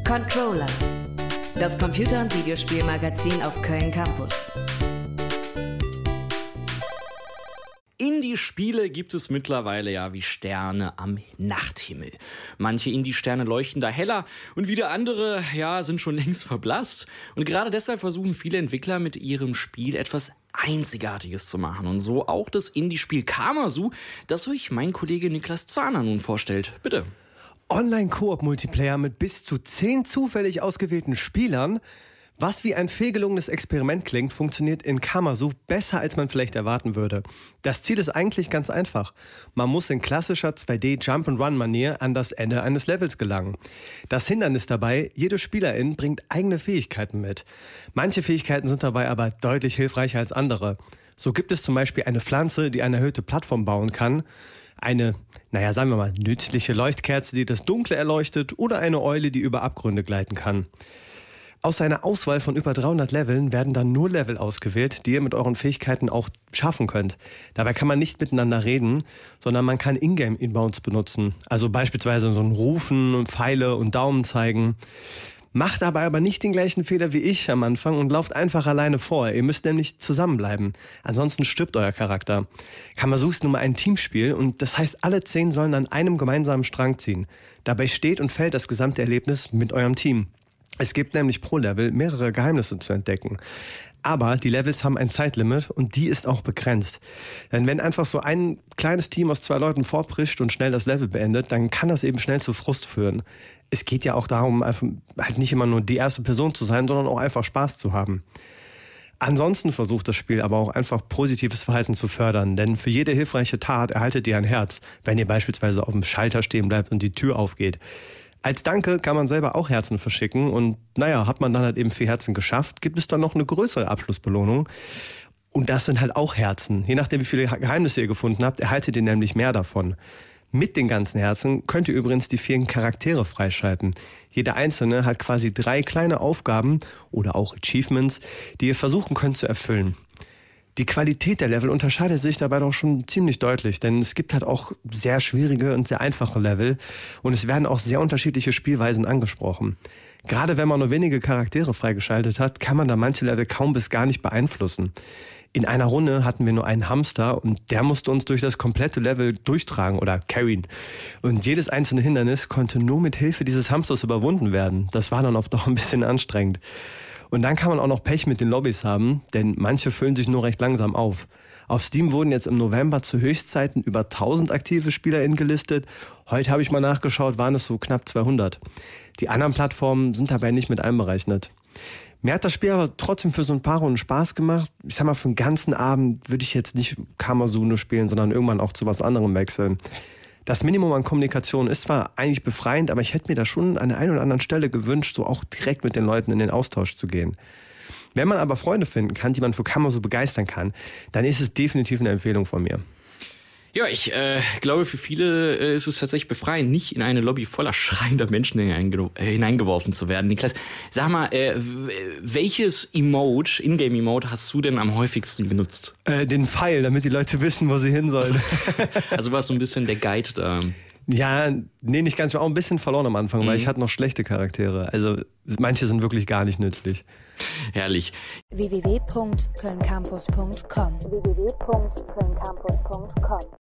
Controller, das Computer- und Videospielmagazin auf Köln Campus. Indie-Spiele gibt es mittlerweile ja wie Sterne am Nachthimmel. Manche Indie-Sterne leuchten da heller und wieder andere, sind schon längst verblasst. Und gerade deshalb versuchen viele Entwickler mit ihrem Spiel etwas Einzigartiges zu machen. Und so auch das Indie-Spiel Kamasu, das euch mein Kollege Niklas Zahner nun vorstellt. Bitte. Online-Koop-Multiplayer mit bis zu 10 zufällig ausgewählten Spielern. Was wie ein fehlgelungenes Experiment klingt, funktioniert in Kamasu besser, als man vielleicht erwarten würde. Das Ziel ist eigentlich ganz einfach. Man muss in klassischer 2D-Jump-and-Run-Manier an das Ende eines Levels gelangen. Das Hindernis dabei, jede Spielerin bringt eigene Fähigkeiten mit. Manche Fähigkeiten sind dabei aber deutlich hilfreicher als andere. So gibt es zum Beispiel eine Pflanze, die eine erhöhte Plattform bauen kann, eine, sagen wir mal, nützliche Leuchtkerze, die das Dunkle erleuchtet, oder eine Eule, die über Abgründe gleiten kann. Aus einer Auswahl von über 300 Leveln werden dann nur Level ausgewählt, die ihr mit euren Fähigkeiten auch schaffen könnt. Dabei kann man nicht miteinander reden, sondern man kann Ingame-Inbounds benutzen. Also beispielsweise so ein Rufen, Pfeile und Daumen zeigen. Macht dabei aber nicht den gleichen Fehler wie ich am Anfang und lauft einfach alleine vor. Ihr müsst nämlich zusammenbleiben. Ansonsten stirbt euer Charakter. Kamasu ist nun mal ein Teamspiel und das heißt, alle 10 sollen an einem gemeinsamen Strang ziehen. Dabei steht und fällt das gesamte Erlebnis mit eurem Team. Es gibt nämlich pro Level mehrere Geheimnisse zu entdecken. Aber die Levels haben ein Zeitlimit und die ist auch begrenzt. Denn wenn einfach so ein kleines Team aus 2 Leuten vorprischt und schnell das Level beendet, dann kann das eben schnell zu Frust führen. Es geht ja auch darum, einfach halt nicht immer nur die erste Person zu sein, sondern auch einfach Spaß zu haben. Ansonsten versucht das Spiel aber auch einfach positives Verhalten zu fördern, denn für jede hilfreiche Tat erhaltet ihr ein Herz, wenn ihr beispielsweise auf dem Schalter stehen bleibt und die Tür aufgeht. Als Danke kann man selber auch Herzen verschicken und hat man dann halt eben 4 Herzen geschafft, gibt es dann noch eine größere Abschlussbelohnung. Und das sind halt auch Herzen. Je nachdem, wie viele Geheimnisse ihr gefunden habt, erhaltet ihr nämlich mehr davon. Mit den ganzen Herzen könnt ihr übrigens die 4 Charaktere freischalten. Jeder einzelne hat quasi 3 kleine Aufgaben oder auch Achievements, die ihr versuchen könnt zu erfüllen. Die Qualität der Level unterscheidet sich dabei doch schon ziemlich deutlich, denn es gibt halt auch sehr schwierige und sehr einfache Level und es werden auch sehr unterschiedliche Spielweisen angesprochen. Gerade wenn man nur wenige Charaktere freigeschaltet hat, kann man da manche Level kaum bis gar nicht beeinflussen. In einer Runde hatten wir nur einen Hamster und der musste uns durch das komplette Level durchtragen oder carryen. Und jedes einzelne Hindernis konnte nur mit Hilfe dieses Hamsters überwunden werden. Das war dann auf Dauer ein bisschen anstrengend. Und dann kann man auch noch Pech mit den Lobbys haben, denn manche füllen sich nur recht langsam auf. Auf Steam wurden jetzt im November zu Höchstzeiten über 1000 aktive SpielerInnen gelistet. Heute habe ich mal nachgeschaut, waren es so knapp 200. Die anderen Plattformen sind dabei nicht mit einberechnet. Mir hat das Spiel aber trotzdem für so ein paar Runden Spaß gemacht. Ich sag mal, für den ganzen Abend würde ich jetzt nicht Kamasu nur spielen, sondern irgendwann auch zu was anderem wechseln. Das Minimum an Kommunikation ist zwar eigentlich befreiend, aber ich hätte mir da schon an der einen oder anderen Stelle gewünscht, so auch direkt mit den Leuten in den Austausch zu gehen. Wenn man aber Freunde finden kann, die man für Kamasu begeistern kann, dann ist es definitiv eine Empfehlung von mir. Ja, ich glaube, für viele ist es tatsächlich befreiend, nicht in eine Lobby voller schreiender Menschen hineingeworfen zu werden. Niklas, sag mal, welches Emote, Ingame-Emote, hast du denn am häufigsten benutzt? Den Pfeil, damit die Leute wissen, wo sie hin sollen. Also war so ein bisschen der Guide da. Ja, nee, nicht ganz. Ich war auch ein bisschen verloren am Anfang, weil ich hatte noch schlechte Charaktere. Also manche sind wirklich gar nicht nützlich. Herrlich. www.kölncampus.com